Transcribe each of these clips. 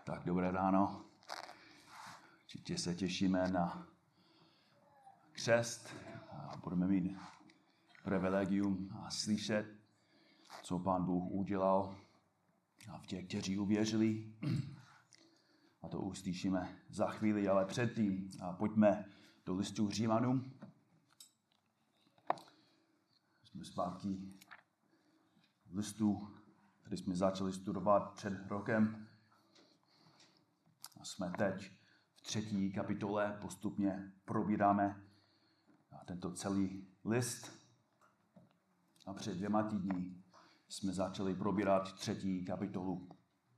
Tak dobré ráno. Určitě se těšíme na křest a budeme mít privilegium a slyšet, co Pán Bůh udělal v těch, kteří uvěřili. A to uslyšíme za chvíli, ale předtím pojďme do listu Římanům. Jsme zpátky v listu, který jsme začali studovat před rokem. A jsme teď v 3. kapitole, postupně probíráme tento celý list. A před 2 týdny jsme začali probírat 3. kapitolu.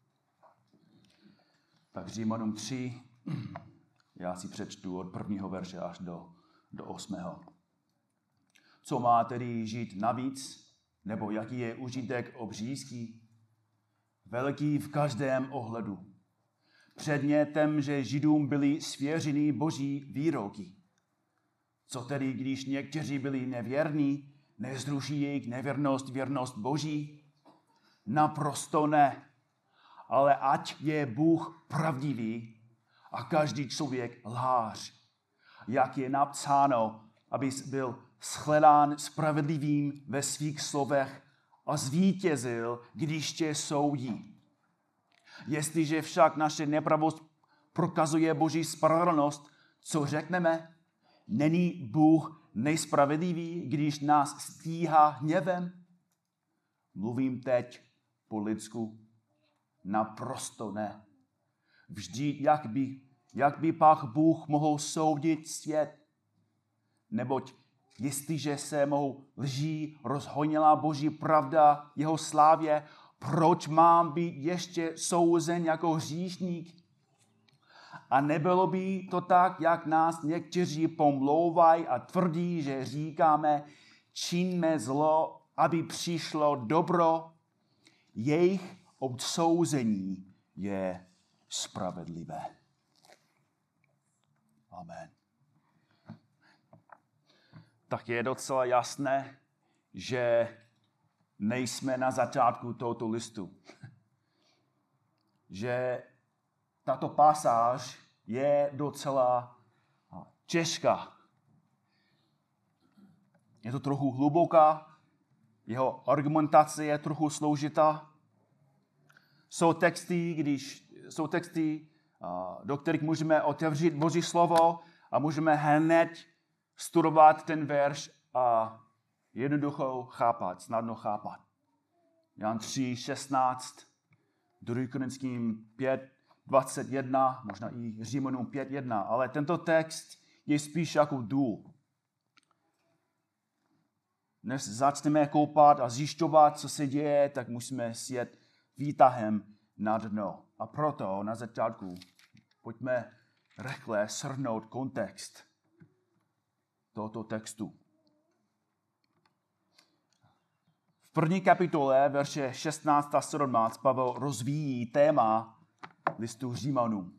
Tak Římanům 3, já si přečtu od 1. verše až do 8. Co má tedy žít navíc, nebo jaký je užitek obřízký? Velký v každém ohledu. Předmětem, že Židům byly svěřeny boží výroky. Co tedy, když někteří byli nevěrní, nezruší jejich nevěrnost věrnost boží? Naprosto ne. Ale ať je Bůh pravdivý a každý člověk lhář. Jak je napsáno, aby byl shledán spravedlivým ve svých slovech a zvítězil, když tě soudí. Jestliže však naše nepravost prokazuje boží spravedlnost, co řekneme? Není Bůh nejspravedlivý, když nás stíhá hněvem? Mluvím teď po lidsku. Naprosto ne. Vždyť jak by pak Bůh mohl soudit svět? Neboť jestliže se mou lží rozhonila boží pravda jeho slávě, proč mám být ještě souzen jako hříšník? A nebylo by to tak, jak nás někteří pomlouvají a tvrdí, že říkáme, čiňme zlo, aby přišlo dobro. Jejich odsouzení je spravedlivé. Amen. Tak je docela jasné, že nejsme na začátku tohoto listu. Že tato pasáž je docela těžká. Je to trochu hluboká, jeho argumentace je trochu složitá. Jsou texty, do kterých můžeme otevřít Boží slovo a můžeme hned studovat ten verš a jednoducho chápat, snadno chápat. Jan 3, 16, 2. Korinským 5, 21, možná i Římanům 5, 1, ale tento text je spíš jako důl. Než začneme koupat a zjišťovat, co se děje, tak musíme sjet výtahem na dno. A proto na začátku pojďme rychle shrnout kontext tohoto textu. V 1. kapitole, verše 16 a 17, Pavel rozvíjí téma listu Římanům.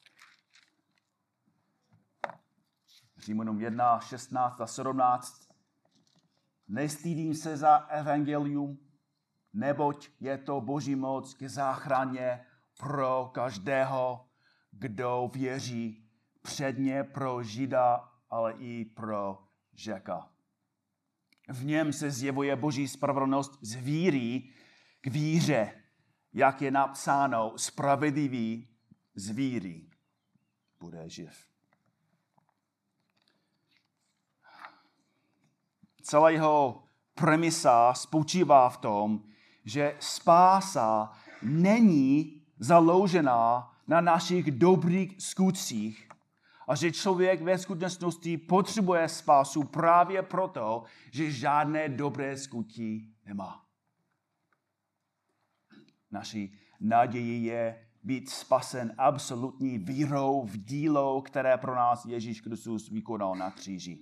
Římanům 1, 16 a 17. Nestydím se za evangelium, neboť je to boží moc k záchraně pro každého, kdo věří, předně pro Žida, ale i pro Žeka. V něm se zjevuje boží spravedlnost z víry k víře, jak je napsáno, spravedlivý z víry bude živ. Celá jeho premisa spočívá v tom, že spása není založená na našich dobrých skutcích a že člověk ve skutečnosti potřebuje spásu právě proto, že žádné dobré skutky nemá. Naší nadějí je být spasen absolutní vírou v dílo, které pro nás Ježíš Kristus vykonal na kříži.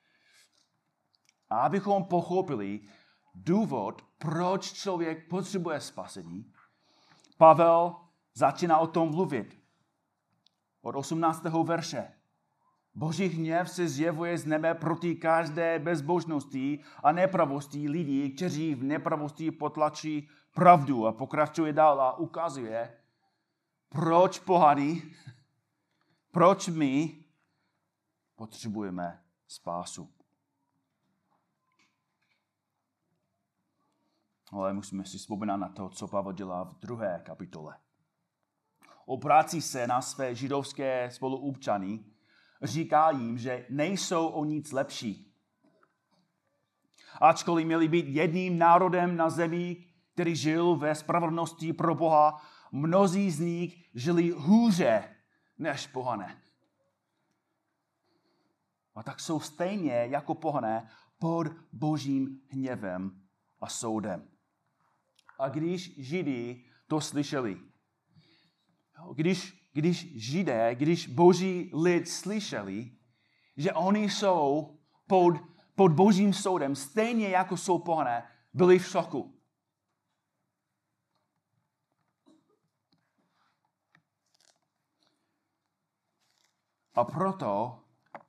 A abychom pochopili důvod, proč člověk potřebuje spasení, Pavel začíná o tom mluvit. Od 18. verše. Boží hněv se zjevuje z nebe proti každé bezbožnosti a nepravosti lidí, kteří v nepravosti potlačí pravdu, a pokračuje dál a ukazuje, Proč pohaní? Proč my potřebujeme spásu? Ale musíme si vzpomínat na to, co Pavel dělá v 2. kapitole. Obrací se na své židovské spoluobčany, říká jim, že nejsou o nic lepší. Ačkoliv měli být jedním národem na zemi, který žil ve spravedlnosti pro Boha, mnozí z nich žili hůře než pohané. A tak jsou stejně jako pohané pod Božím hněvem a soudem. A když Židi to slyšeli, když Boží lid slyšeli, že oni jsou pod Božím soudem, stejně jako jsou pohané, byli v šoku. A proto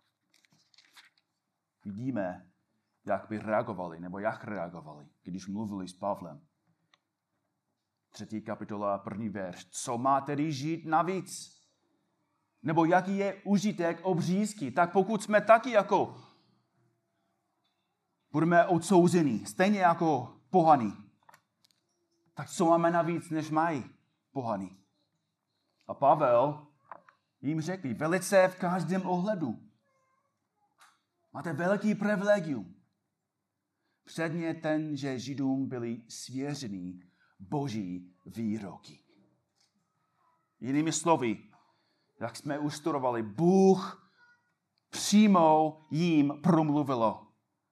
vidíme, jak reagovali, když mluvili s Pavlem. 3. kapitola, 1. verš. Co má tedy žít navíc? Nebo jaký je užitek obřízky? Tak pokud jsme taky jako budeme odsouzeni, stejně jako pohaní, tak co máme navíc, než mají pohaní? A Pavel jim řekl, velice v každém ohledu. Máte velký privilegium. Předně ten, že Židům byly svěřeny Boží výroky. Jinými slovy, jak jsme už studovali, Bůh přímo jim promluvilo.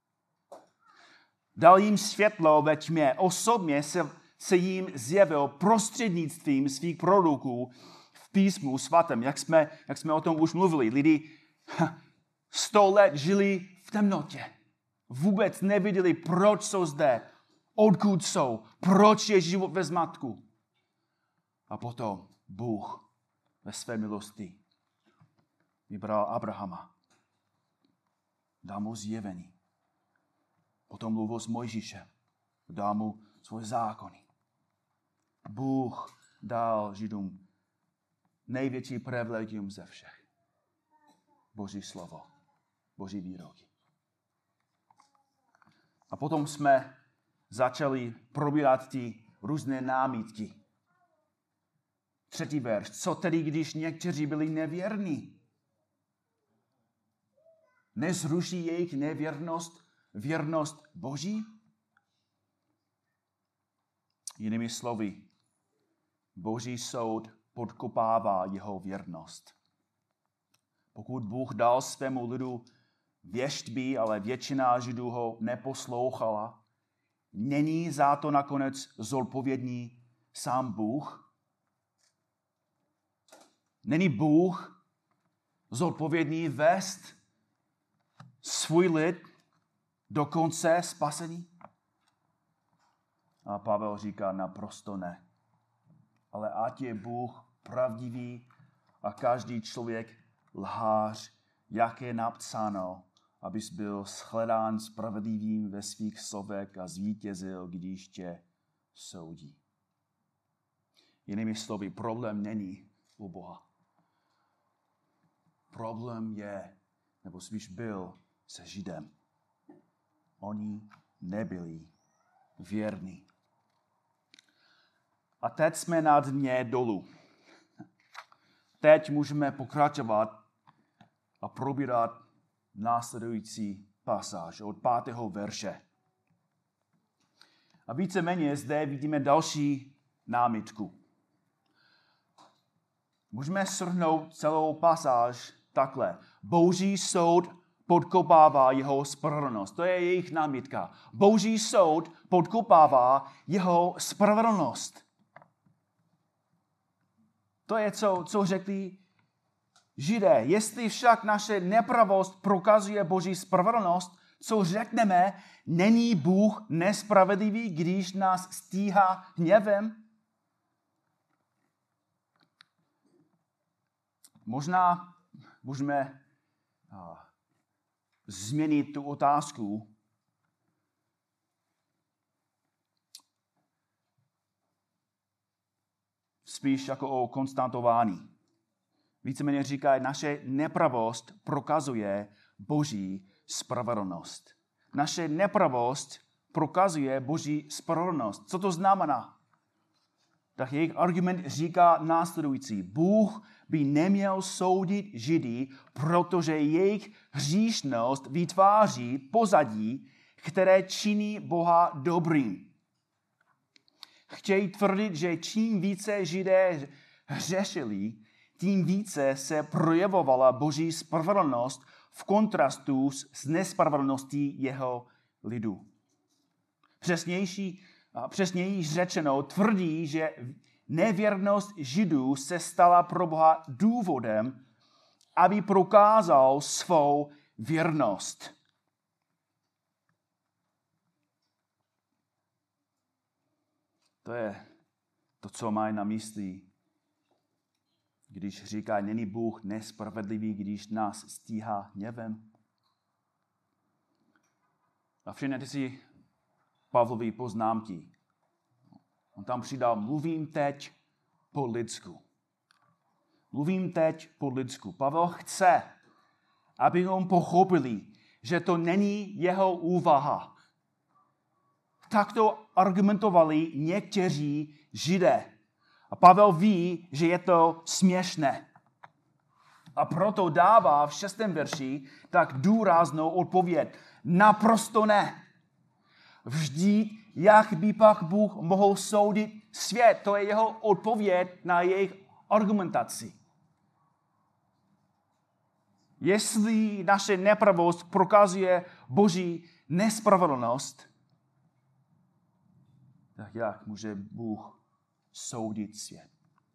Dal jim světlo ve tmě. Osobně se jim zjevil prostřednictvím svých proroků v písmu svatém, jak jsme o tom už mluvili. Lidi 100 let žili v temnotě. Vůbec neviděli, proč jsou zde, odkud jsou, proč je život ve zmatku. A potom Bůh ve své milosti vybral Abrahama. Dal mu zjevení. Potom mluvil s Mojžíšem. Dal mu svoje zákony. Bůh dal Židům největší privilegium ze všech. Boží slovo. Boží výroky. A potom jsme začali probírat ty různé námitky. 3. verš. Co tedy, když někteří byli nevěrní? Nezruší jejich nevěrnost věrnost Boží? Jinými slovy, Boží soud podkopává jeho věrnost. Pokud Bůh dal svému lidu věštby, ale většina Židů ho neposlouchala, není za to nakonec zodpovědný sám Bůh? Není Bůh zodpovědný vést svůj lid do konce spasení? A Pavel říká naprosto ne. Ale ať je Bůh pravdivý a každý člověk lhář, jak je napsáno, abys byl shledán spravedlivým ve svých slovech a zvítězil, když tě soudí. Jinými slovy, problém není u Boha. Problém je, nebo spíš byl, se Židem. Oni nebyli věrní. A teď jsme na dně dolů. Teď můžeme pokračovat a probírat následující pasáž od 5. verše. A víceméně zde vidíme další námitku. Můžeme shrnout celou pasáž takhle. Boží soud podkopává jeho spravedlnost. To je jejich námitka. Boží soud podkopává jeho spravedlnost. To je, co řekli Židé. Jestli však naše nepravost prokazuje Boží spravedlnost, co řekneme, není Bůh nespravedlivý, když nás stíhá hněvem? Možná můžeme změnit tu otázku. spíš jako o konstatování. Víceméně říká, naše nepravost prokazuje Boží spravedlnost. Naše nepravost prokazuje Boží spravedlnost. Co to znamená? Tak jejich argument říká následující. Bůh by neměl soudit Židy, protože jejich hříšnost vytváří pozadí, které činí Boha dobrým. Chtějí tvrdit, že čím více Židé hřešili, tím více se projevovala Boží spravedlnost v kontrastu s nespravedlností jeho lidu. Přesněji řečeno tvrdí, že nevěrnost Židů se stala pro Boha důvodem, aby prokázal svou věrnost. To je to, co mají na mysli, když říká, není Bůh nespravedlivý, když nás stíhá hněvem. A všimněte si Pavlovy poznámky. On tam přidal, mluvím teď po lidsku. Mluvím teď po lidsku. Pavel chce, abychom pochopili, že to není jeho úvaha. Takto argumentovali někteří Židé. A Pavel ví, že je to směšné. A proto dává v 6. verši tak důraznou odpověď. Naprosto ne. Vždyť, jak by pak Bůh mohl soudit svět? To je jeho odpověď na jejich argumentaci. Jestli naše nepravost prokazuje Boží nespravedlnost, tak jak může Bůh soudit svět?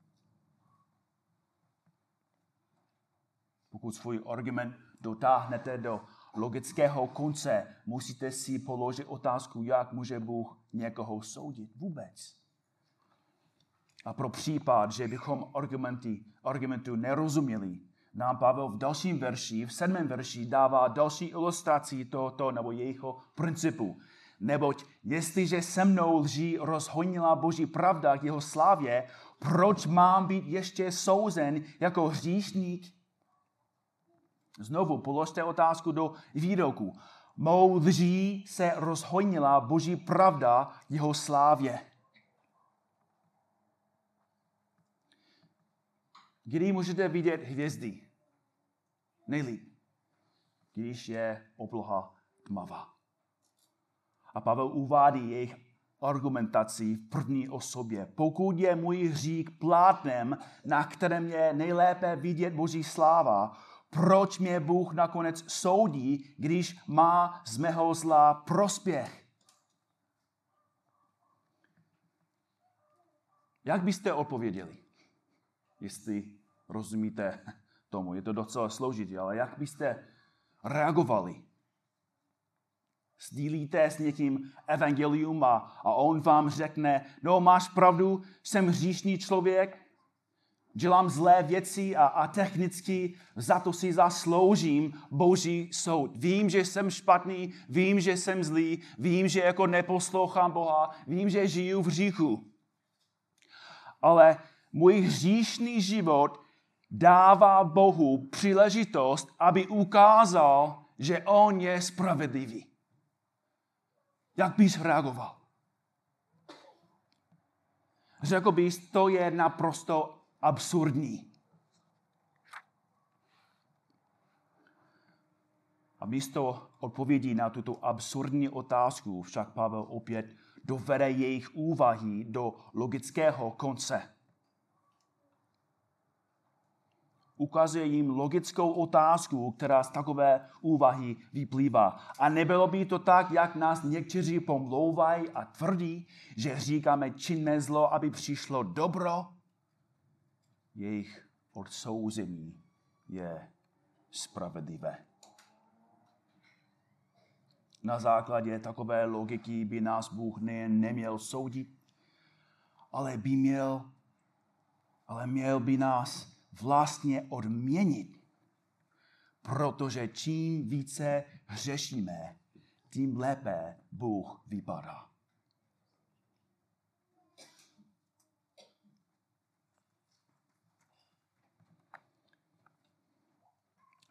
Pokud svůj argument dotáhnete do logického konce, musíte si položit otázku, jak může Bůh někoho soudit vůbec. A pro případ, že bychom argumentu nerozuměli, nám Pavel v dalším verši, v 7. verši, dává další ilustraci tohoto nebo jejího principu. Neboť jestliže se mnou lží rozhonila Boží pravda k jeho slávě, proč mám být ještě souzen jako hříšník? Znovu položte otázku do výroku. Mou lží se rozhonila Boží pravda k jeho slávě. Kdy můžete vidět hvězdy? Nejlíp, když je obloha tmavá. A Pavel uvádí jejich argumentaci v první osobě. Pokud je můj hřích plátnem, na kterém je nejlépe vidět Boží sláva, proč mě Bůh nakonec soudí, když má z mého zla prospěch? Jak byste odpověděli? Jestli rozumíte tomu, je to docela složitý, ale jak byste reagovali? Sdílíte s někým evangelium a on vám řekne, no máš pravdu, jsem hříšný člověk, dělám zlé věci a technicky za to si zasloužím Boží soud. Vím, že jsem špatný, vím, že jsem zlý, vím, že jako neposlouchám Boha, vím, že žiju v hříchu. Ale můj hříšný život dává Bohu příležitost, aby ukázal, že on je spravedlivý. Jak bys reagoval? Řekl bys, to je naprosto absurdní. A místo odpovědí na tuto absurdní otázku však Pavel opět dovede jejich úvahy do logického konce. Ukazuje jim logickou otázku, která z takové úvahy vyplývá. A nebylo by to tak, jak nás někteří pomlouvají a tvrdí, že říkáme činné zlo, aby přišlo dobro? Jejich odsouzení je spravedlivé. Na základě takové logiky by nás Bůh nejen neměl soudit, ale měl by nás vlastně odměnit. Protože čím více hřešíme, tím lépe Bůh vypadá.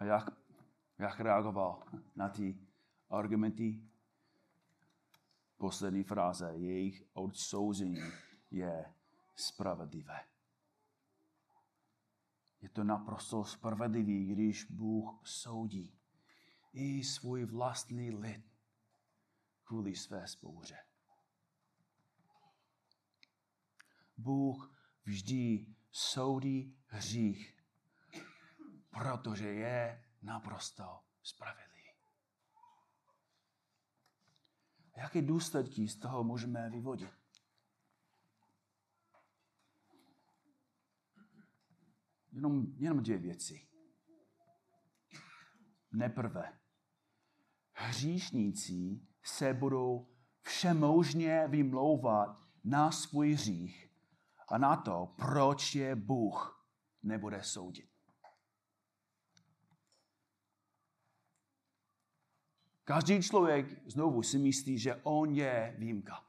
A jak reagoval na ty argumenty? Poslední fráze, jejich odsouzení je spravedlivé. Je to naprosto spravedlivý, když Bůh soudí i svůj vlastní lid kvůli své spouře. Bůh vždy soudí hřích, protože je naprosto spravedlivý. Jaké důsledky z toho můžeme vyvodit? Jenom 2 věci. Neprve, hříšníci se budou všemožně vymlouvat na svůj hřích a na to, proč je Bůh nebude soudit. Každý člověk znovu si myslí, že on je výjimka.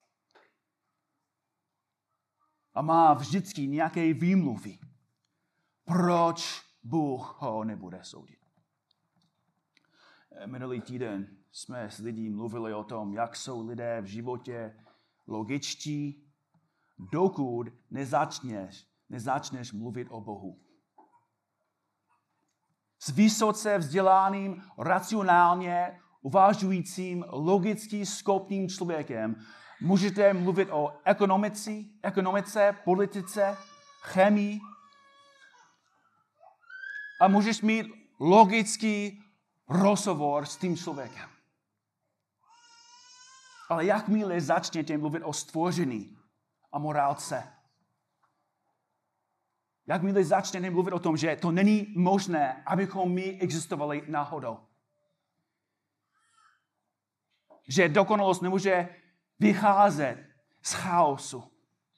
A má vždycky nějaké výmluvy, proč Bůh ho nebude soudit. Minulý týden jsme s lidí mluvili o tom, jak jsou lidé v životě logičtí, dokud nezačneš mluvit o Bohu. S vysoce vzdělaným, racionálně uvažujícím, logicky schopným člověkem můžete mluvit o ekonomice, politice, chemii a můžeš mít logický rozhovor s tím člověkem. Ale jakmile začnete mluvit o stvoření a morálce, jakmile začnete mluvit o tom, že to není možné, abychom my existovali náhodou, že dokonalost nemůže vycházet z chaosu,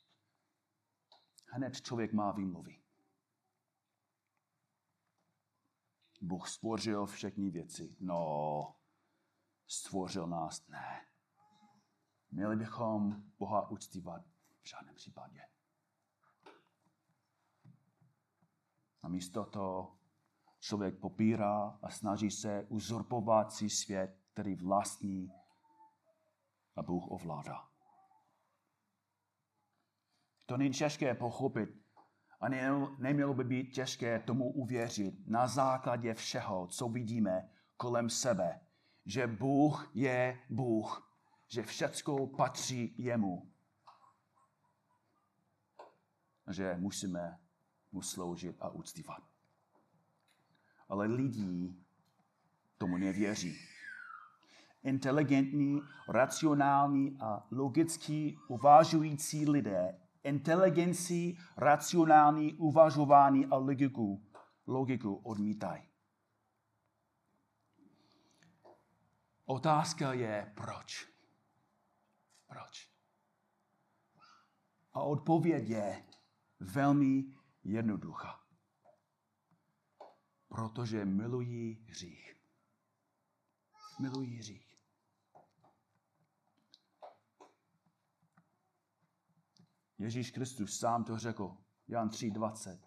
hned člověk má výmluvy. Bůh stvořil všechny věci. No, stvořil nás ne. Měli bychom Boha uctívat v žádném případě. A místo toho člověk popírá a snaží se uzurpovat si svět, který vlastní a Bůh ovládá. To není těžké pochopit a nemělo by být těžké tomu uvěřit na základě všeho, co vidíme kolem sebe, že Bůh je Bůh, že všecko patří jemu. Že musíme mu sloužit a uctívat. Ale lidi tomu nevěří. Inteligentní, racionální a logicky uvažující lidé inteligenci, racionální uvažování a logiku odmítají. Otázka je proč. Proč? A odpověď je velmi jednoduchá. Protože milují hřích. Milují hřích. Ježíš Kristus sám to řekl, Jan 3:20,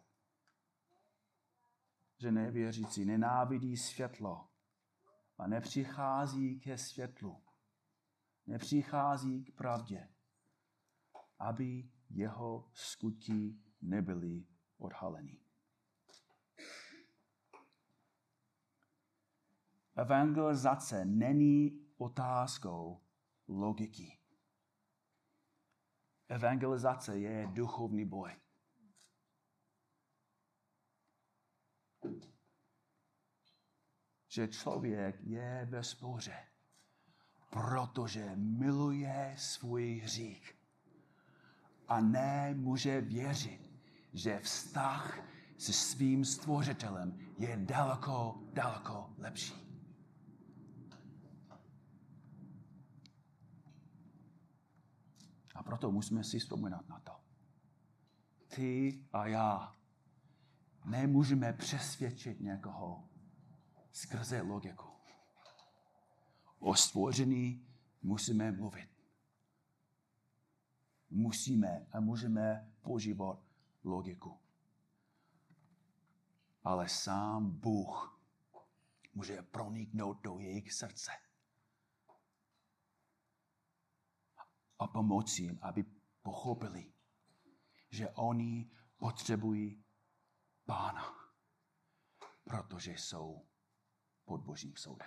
že nevěřící nenávidí světlo a nepřichází ke světlu, nepřichází k pravdě, aby jeho skutky nebyly odhaleny. Evangelizace není otázkou logiky. Evangelizace je duchovní boj. Že člověk je ve spouře, protože miluje svůj hřích a nemůže věřit, že vztah se svým stvořitelem je daleko, daleko lepší. A proto musíme si vzpomínat na to. Ty a já nemůžeme přesvědčit někoho skrze logiku. O stvoření musíme mluvit. Musíme a můžeme používat logiku. Ale sám Bůh může proniknout do jejich srdce. A pomoci jim, aby pochopili, že oni potřebují Pána, protože jsou pod Božím soudem.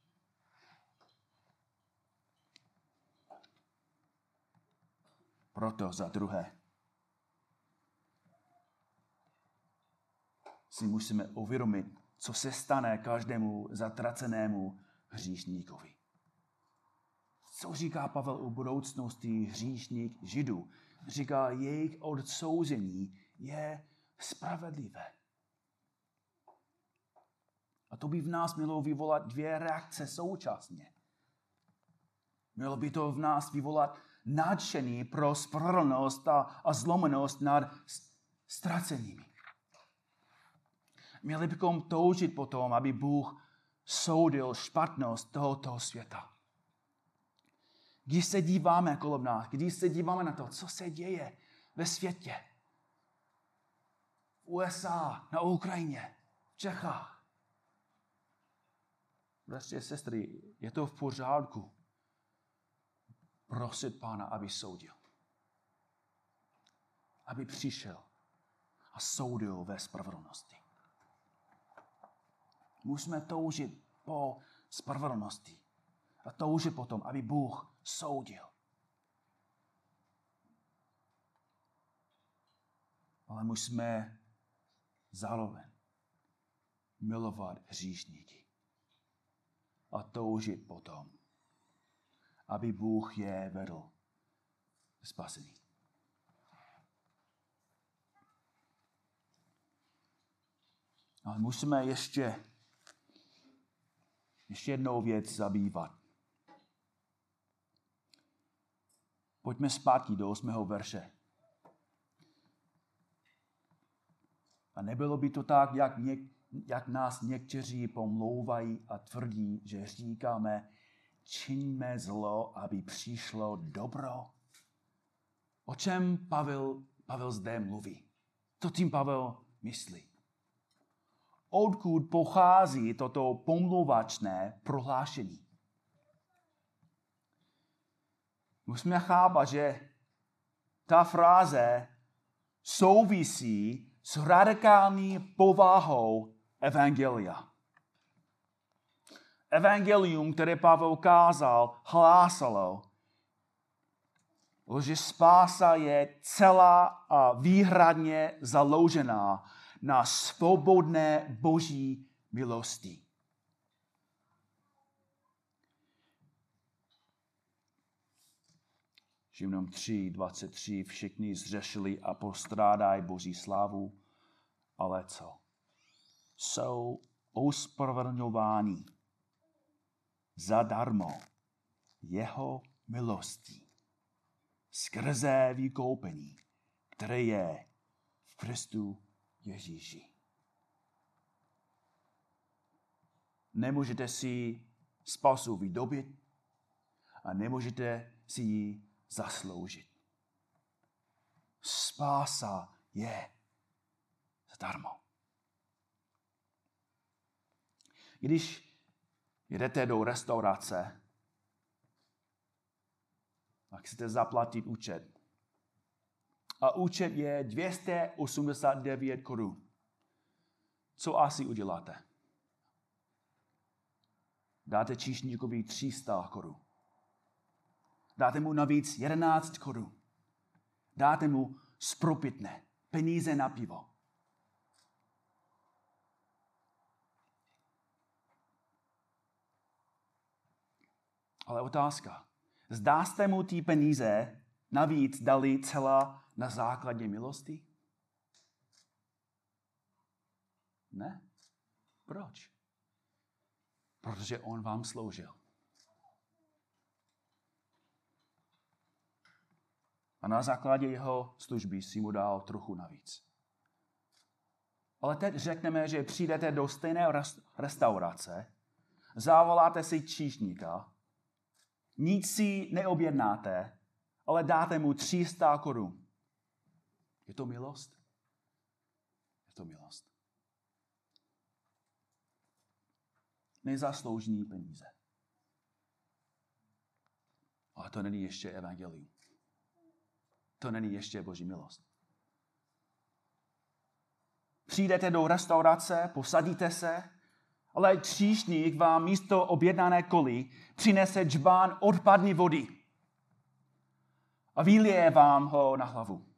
Proto za druhé si musíme uvědomit, co se stane každému zatracenému hříšníkovi. Co říká Pavel o budoucnosti hříšník Židů? Říká, jejich odsouzení je spravedlivé. A to by v nás mělo vyvolat dvě reakce současně. Mělo by to v nás vyvolat nadšení pro spravedlnost a zlomenost nad ztracenými. Měli bychom toužit potom, aby Bůh soudil špatnost tohoto světa. Když se díváme kolem nás, když se díváme na to, co se děje ve světě, v USA, na Ukrajině, v Čechách. Bratři a sestry, je to v pořádku prosit Pána, aby soudil. Aby přišel a soudil ve spravedlnosti. Musíme toužit po spravedlnosti a toužit potom, aby Bůh soudil. Ale musíme zároveň milovat hříšníky a toužit potom, aby Bůh je vedl k spasení. Ale musíme ještě jednou věc zabývat. Pojďme zpátky do 8. verše. A nebylo by to tak, jak nás někteří pomlouvají a tvrdí, že říkáme, čiňme zlo, aby přišlo dobro. O čem Pavel zde mluví? Co tím Pavel myslí? Odkud pochází toto pomlouvačné prohlášení? Musíme chápat, že ta fráze souvisí s radikální povahou evangelia. Evangelium, které Pavel kázal, hlásalo, že spása je celá a výhradně založená na svobodné Boží milosti. Židům 3:23 všichni zřešili a postrádají Boží slávu, ale co? Jsou ospravedlňováni zadarmo jeho milostí skrze vykoupení, které je v Kristu Ježíši. Nemůžete si spasu vydobit a nemůžete si ji zasloužit. Spása je zadarmo. Když jdete do restaurace a chcete zaplatit účet, a účet je 289 korun, co asi uděláte? Dáte číšníkovi 300 korun. Dáte mu navíc 11 korun. Dáte mu spropitné peníze na pivo. Ale otázka. Zdá jste mu ty peníze navíc dali celá na základě milosti? Ne. Proč? Protože on vám sloužil. A na základě jeho služby si mu dal trochu navíc. Ale teď řekneme, že přijdete do stejné restaurace, zavoláte si číšníka, nic si neobjednáte, ale dáte mu 300 korun. Je to milost? Je to milost. nezasloužený peníze. Ale to není ještě evangelium. To není ještě Boží milost. Přijdete do restaurace, posadíte se, ale číšník vám místo objednané koly přinese džbán odpadní vody a vylije vám ho na hlavu.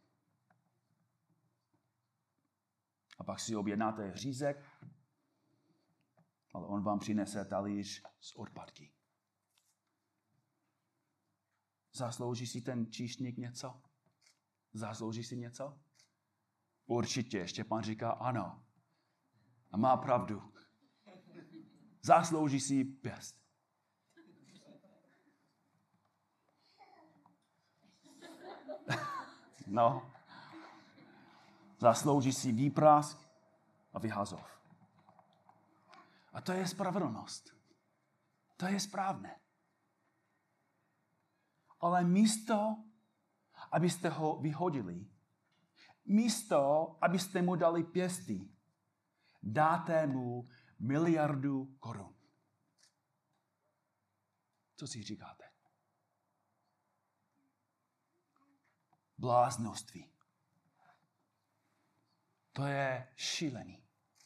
A pak si objednáte řízek, ale on vám přinese talíř z odpadky. Zaslouží si ten číšník něco? Zaslouží si něco? Určitě, Štěpán říká ano. A má pravdu. Zaslouží si pěst. No. Zaslouží si výprask a vyhazov. A to je spravedlnost. To je správné. Ale místo, abyste ho vyhodili, místo, abyste mu dali pěstí, dáte mu 1 miliardu korun. Co si říkáte? Bláznoství. To je šílený.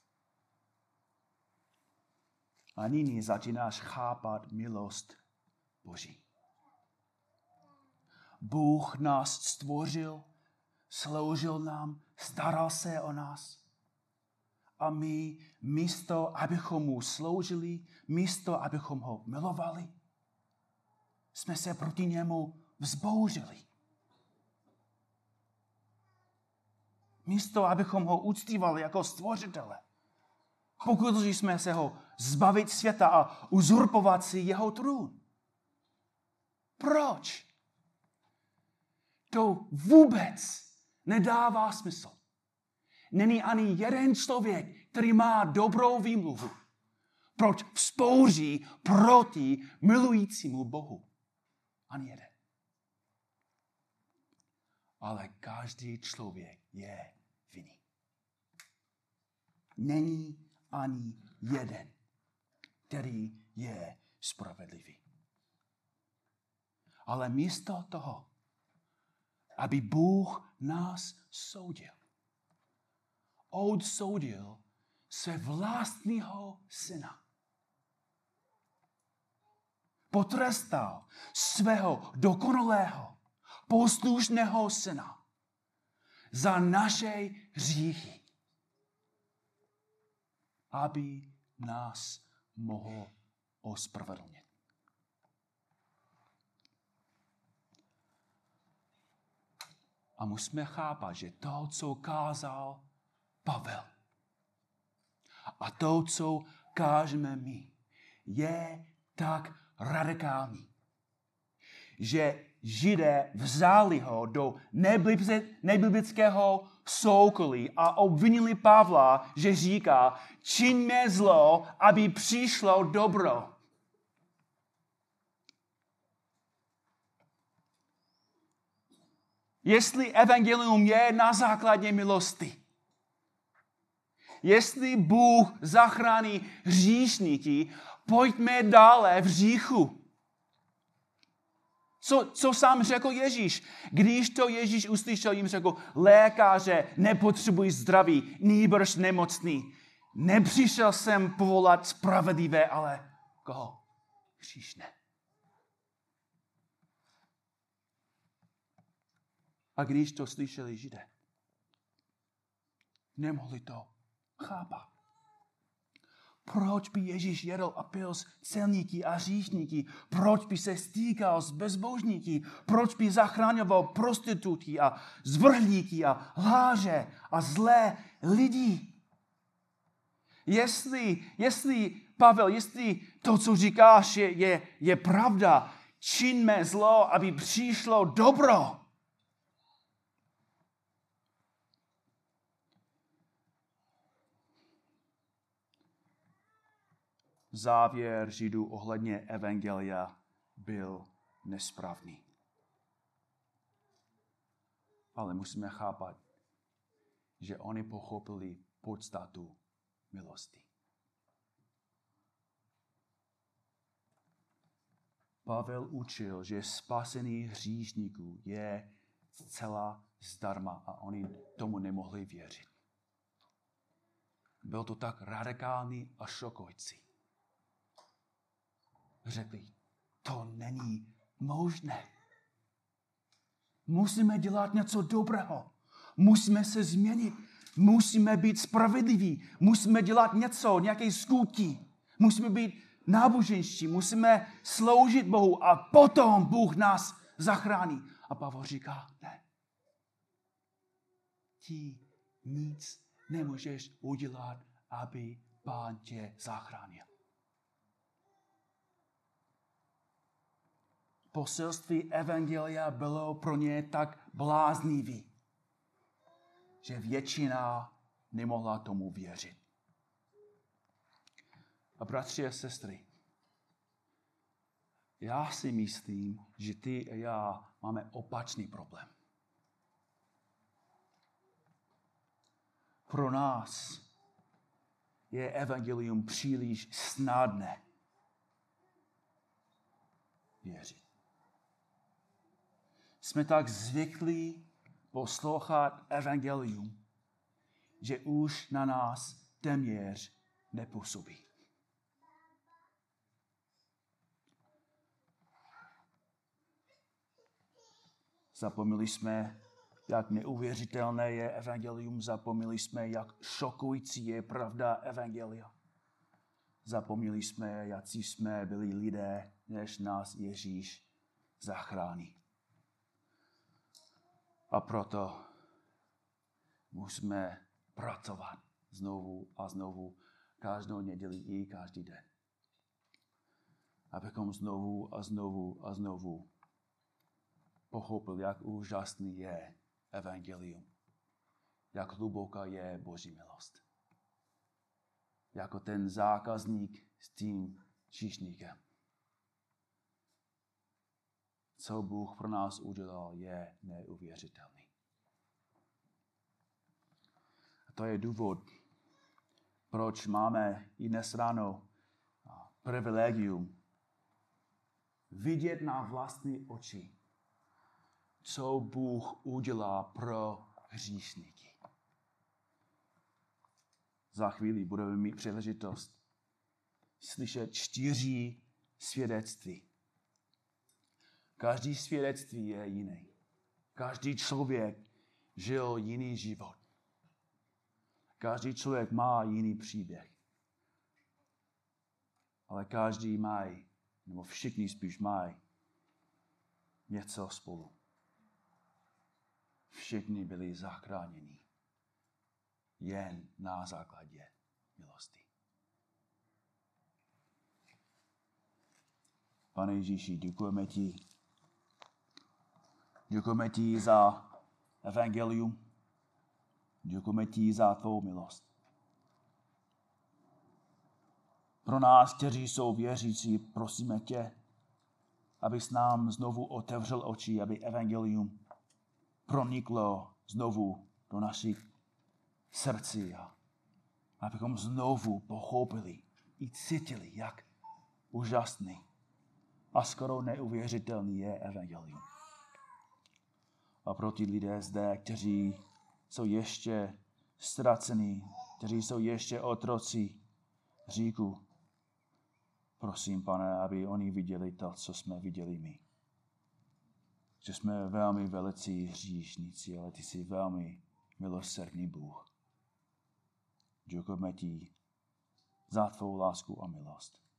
A nyní začínáš chápat milost Boží. Bůh nás stvořil, sloužil nám, staral se o nás. A my místo, abychom mu sloužili, místo, abychom ho milovali, jsme se proti němu vzbouřili. Místo, abychom ho uctívali jako stvořitele, pokusili jsme se ho zbavit světa a uzurpovat si jeho trůn. Proč? To vůbec nedává smysl. Není ani jeden člověk, který má dobrou výmluvu, proč vzpouří proti milujícímu Bohu. Ani jeden. Ale každý člověk je vinný. Není ani jeden, který je spravedlivý. Ale místo toho, aby Bůh nás soudil, odsoudil své vlastního syna. Potrestal svého dokonalého, poslušného syna za naše hříchy, aby nás mohl ospravedlnit. A musíme chápat, že to, co kázal Pavel, a to, co kážeme my, je tak radikální, že Židé vzali ho do nebiblického soukolí a obvinili Pavla, že říká, čiňme zlo, aby přišlo dobro. Jestli evangelium je na základě milosti, jestli Bůh zachrání hříšníky, pojďme dále v hříchu. Co sám řekl Ježíš? Když to Ježíš uslyšel, jim řekl, lékaře, nepotřebují zdraví, nýbrž nemocný. Nepřišel jsem povolat spravedlivé, ale koho? Hříšné. A když to slyšeli Židé, nemohli to chápat. Proč by Ježíš jedl a pil s celníky a hříšníky? Proč by se stýkal s bezbožníky? Proč by zachraňoval prostitutky a zvrhlíky a lháře a zlé lidi? Jestli Pavel, jestli to, co říkáš, je pravda, čiňme zlo, aby přišlo dobro. Závěr Židů ohledně evangelia byl nesprávný. Ale musíme chápat, že oni pochopili podstatu milosti. Pavel učil, že spasení hříšníků je zcela zdarma a oni tomu nemohli věřit. Byl to tak radikální a šokující. Řekli, to není možné. Musíme dělat něco dobrého. Musíme se změnit. Musíme být spravedliví. Musíme dělat něco, nějaké skutky. Musíme být náboženští. Musíme sloužit Bohu a potom Bůh nás zachrání. A Pavel říká, ne. Ty nic nemůžeš udělat, aby Pán tě zachránil. Poselství evangelia bylo pro ně tak bláznivý, že většina nemohla tomu věřit. A bratři a sestry, já si myslím, že ty a já máme opačný problém. Pro nás je evangelium příliš snadné věřit. Jsme tak zvyklí poslouchat evangelium, že už na nás téměř nepůsobí. Zapomněli jsme, jak neuvěřitelné je evangelium. Zapomněli jsme, jak šokující je pravda evangelia. Zapomněli jsme, jaký jsme byli lidé, než nás Ježíš zachrání. A proto musíme pracovat znovu a znovu, každou neděli i každý den. Abychom znovu a znovu a znovu pochopili, jak úžasný je evangelium. Jak hluboká je Boží milost. Jako ten zákazník s tím číšníkem. Co Bůh pro nás udělal, je neuvěřitelný. A to je důvod, proč máme i dnes ráno privilegium vidět na vlastní oči, co Bůh udělá pro hříšníky. Za chvíli budeme mít příležitost slyšet 4 svědectví. Každý svědectví je jiný. Každý člověk žil jiný život. Každý člověk má jiný příběh. Ale každý mají, nebo všichni spíš mají, něco spolu. Všichni byli zachráněni jen na základě milosti. Pane Ježíši, děkujeme ti. Děkujeme ti za evangelium. Děkujeme ti za tvou milost. Pro nás, kteří jsou věřící, prosíme tě, abys nám znovu otevřel oči, aby evangelium proniklo znovu do našich srdcí a abychom znovu pochopili i cítili, jak úžasný a skoro neuvěřitelný je evangelium. A pro ty lidé zde, kteří jsou ještě ztracení, kteří jsou ještě otroci hříchu, prosím, Pane, aby oni viděli to, co jsme viděli my. Že jsme velmi velicí hříšníci, ale ty jsi velmi milosrdný Bůh. Děkujeme ti za tvou lásku a milost.